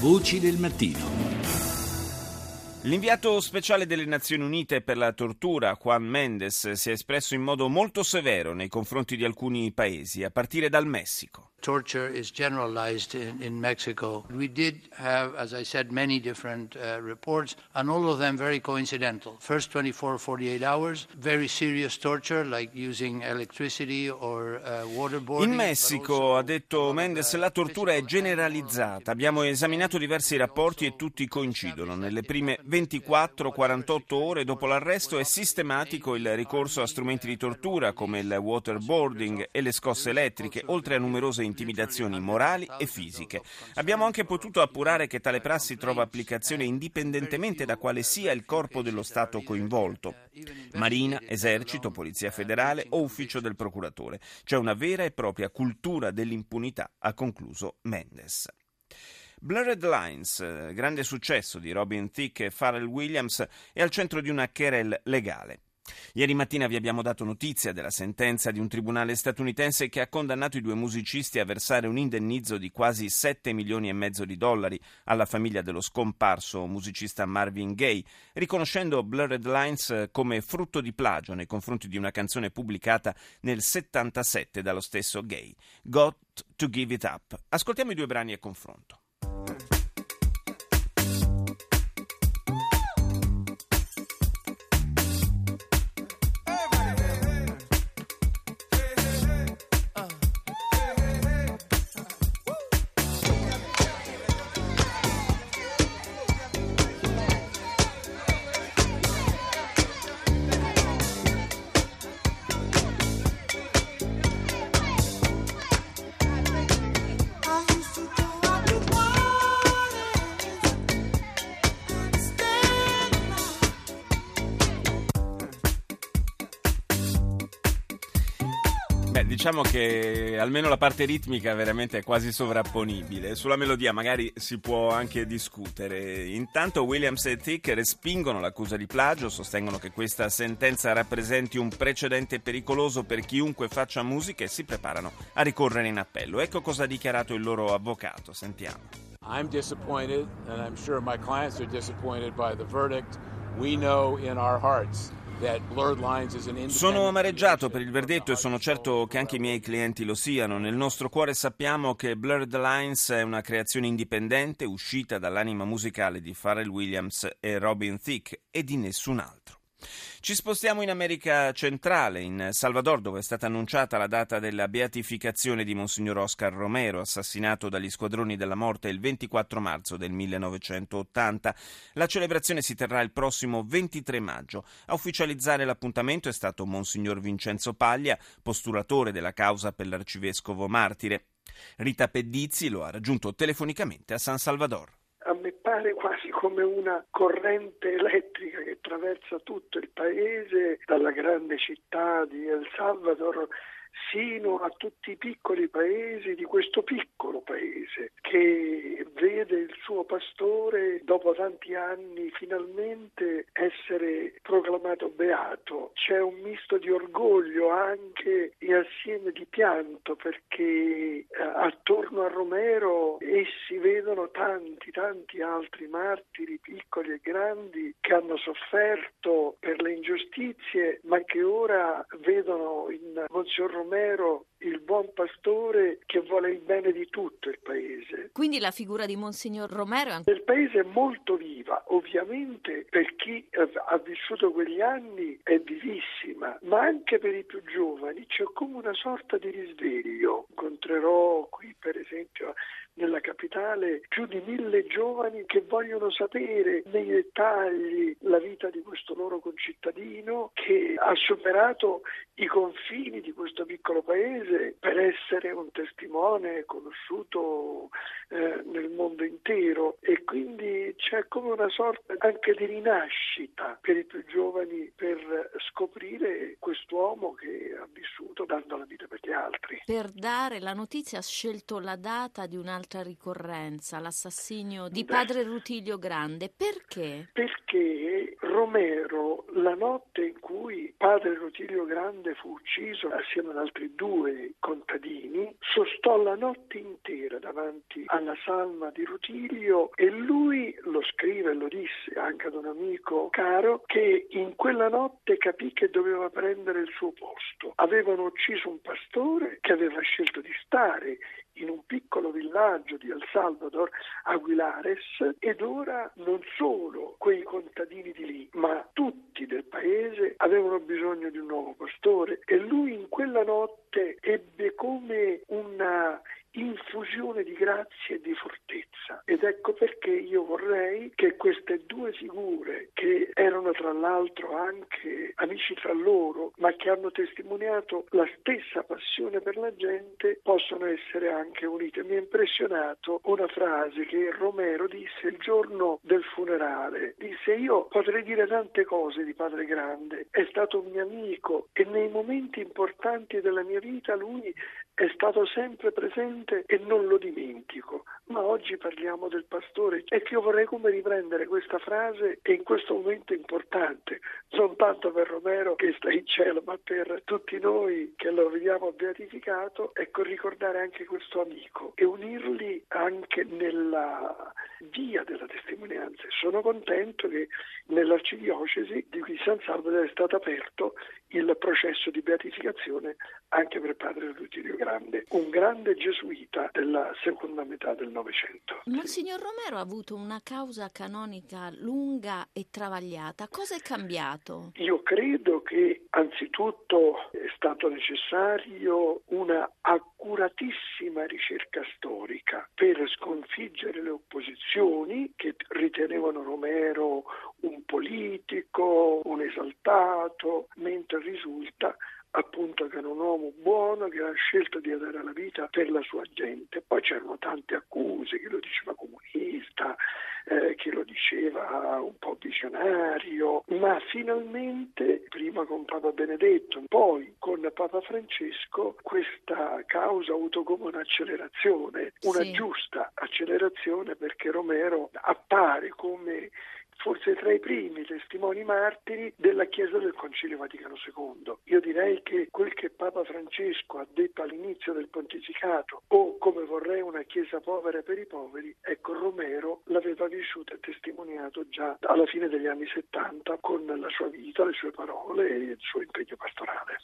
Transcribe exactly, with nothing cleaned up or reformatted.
Voci del mattino. L'inviato speciale delle Nazioni Unite per la tortura, Juan Méndez, si è espresso in modo molto severo nei confronti di alcuni paesi, a partire dal Messico. Torture is generalized in, in Mexico. We did have, as I said, many different uh, reports, and all of them very coincidental. First twenty-four, forty-eight hours, very serious torture, like using electricity or uh, waterboarding. In Messico, ha detto Méndez, la tortura è generalizzata. Abbiamo esaminato diversi rapporti e tutti coincidono. Nelle prime ventiquattro quarantotto ore dopo l'arresto è sistematico il ricorso a strumenti di tortura come il waterboarding e le scosse elettriche, oltre a numerose intimidazioni morali e fisiche. Abbiamo anche potuto appurare che tale prassi trova applicazione indipendentemente da quale sia il corpo dello Stato coinvolto: Marina, Esercito, Polizia Federale o Ufficio del Procuratore. C'è una vera e propria cultura dell'impunità, ha concluso Méndez. Blurred Lines, grande successo di Robin Thicke e Pharrell Williams, è al centro di una querelle legale. Ieri mattina vi abbiamo dato notizia della sentenza di un tribunale statunitense che ha condannato i due musicisti a versare un indennizzo di quasi sette milioni e mezzo di dollari alla famiglia dello scomparso musicista Marvin Gaye, riconoscendo Blurred Lines come frutto di plagio nei confronti di una canzone pubblicata nel settantasette dallo stesso Gaye, Got to Give It Up. Ascoltiamo i due brani a confronto. Beh, diciamo che almeno la parte ritmica veramente è quasi sovrapponibile. Sulla melodia magari si può anche discutere. Intanto Williams e Thicke respingono l'accusa di plagio, sostengono che questa sentenza rappresenti un precedente pericoloso per chiunque faccia musica e si preparano a ricorrere in appello. Ecco cosa ha dichiarato il loro avvocato, sentiamo. I'm disappointed, and I'm sure my clients are disappointed by the verdict. We know in our hearts. Sono amareggiato per il verdetto e sono certo che anche i miei clienti lo siano. Nel nostro cuore sappiamo che Blurred Lines è una creazione indipendente uscita dall'anima musicale di Pharrell Williams e Robin Thicke e di nessun altro. Ci spostiamo in America centrale, in Salvador, dove è stata annunciata la data della beatificazione di Monsignor Oscar Romero, assassinato dagli squadroni della morte il ventiquattro marzo del millenovecentottanta. La celebrazione si terrà il prossimo ventitré maggio. A ufficializzare l'appuntamento è stato Monsignor Vincenzo Paglia, postulatore della causa per l'arcivescovo martire. Rita Pedizzi lo ha raggiunto telefonicamente a San Salvador. A me pare quasi come una corrente elettrica che attraversa tutto il paese, dalla grande città di El Salvador sino a tutti i piccoli paesi di questo piccolo paese, che vede il suo pastore dopo tanti anni finalmente essere proclamato beato. C'è un misto di orgoglio anche e assieme di pianto, perché eh, attorno a Romero essi vedono tanti tanti altri martiri piccoli e grandi che hanno sofferto per le ingiustizie, ma che ora vedono in Monsignor Romero il buon pastore che vuole il bene di tutto il paese. Quindi la figura di Monsignor Romero è anche... Il paese è molto viva, ovviamente per chi ha vissuto quegli anni è vivissima, ma anche per i più giovani c'è come una sorta di risveglio. Incontrerò qui per esempio nella capitale più di mille giovani che vogliono sapere nei dettagli la vita di questo loro concittadino che ha superato i confini di questo piccolo paese per essere un testimone conosciuto eh, nel mondo intero, e quindi c'è come una sorta anche di rinascita per i più giovani per scoprire quest'uomo che ha vissuto dando la vita per gli altri. Per dare la notizia ha scelto la data di un'altra un'altra ricorrenza, l'assassinio di padre Rutilio Grande. Perché? Perché Romero, la notte in cui padre Rutilio Grande fu ucciso assieme ad altri due contadini, sostò la notte intera davanti alla salma di Rutilio e lui lo scrive e lo disse anche ad un amico caro che in quella notte capì che doveva prendere il suo posto. Avevano ucciso un pastore che aveva scelto di stare in un piccolo villaggio di El Salvador, Aguilares, ed ora non solo quei contadini di lì, ma tutti del paese avevano bisogno di un nuovo pastore e lui in quella notte ebbe come una infusione di grazia e di fortezza. Ed ecco perché io vorrei che queste due figure, che erano tra l'altro anche amici tra loro, ma che hanno testimoniato la stessa passione per la gente, possano essere anche unite. Mi ha impressionato una frase che Romero disse il giorno del funerale. Disse: io potrei dire tante cose di Padre Grande, è stato un mio amico e nei momenti importanti della mia vita lui è stato sempre presente e non lo dimentico. Ma oggi parliamo del pastore e che io vorrei come riprendere questa frase e in questo momento importante, non tanto per Romero che sta in cielo, ma per tutti noi che lo vediamo beatificato, ecco, ricordare anche questo amico e unirli anche nella via della testimonianza. Sono contento che nell'arcidiocesi di cui San Salvador è stato aperto il processo di beatificazione anche per padre Rutilio Grande, un grande gesuita della seconda metà del Novecento. Monsignor Romero ha avuto una causa canonica lunga e travagliata. Cosa è cambiato? Io credo che anzitutto è stato necessario una accuratissima ricerca storica per sconfiggere le opposizioni che ritenevano Romero un politico, un esaltato, mentre risulta appunto che era un uomo buono che ha scelto di dare la vita per la sua gente. Poi c'erano tante accuse, chi lo diceva comunista, eh, chi lo diceva un po' visionario, ma finalmente prima con Papa Benedetto, poi con Papa Francesco questa causa ha avuto come un'accelerazione, una sì. giusta accelerazione, perché Romero appare come forse tra i primi testimoni martiri della Chiesa del Concilio Vaticano secondo. Io direi che quel che Papa Francesco ha detto all'inizio del pontificato, o come vorrei una Chiesa povera per i poveri, ecco, Romero l'aveva vissuto e testimoniato già alla fine degli anni settanta con la sua vita, le sue parole e il suo impegno pastorale.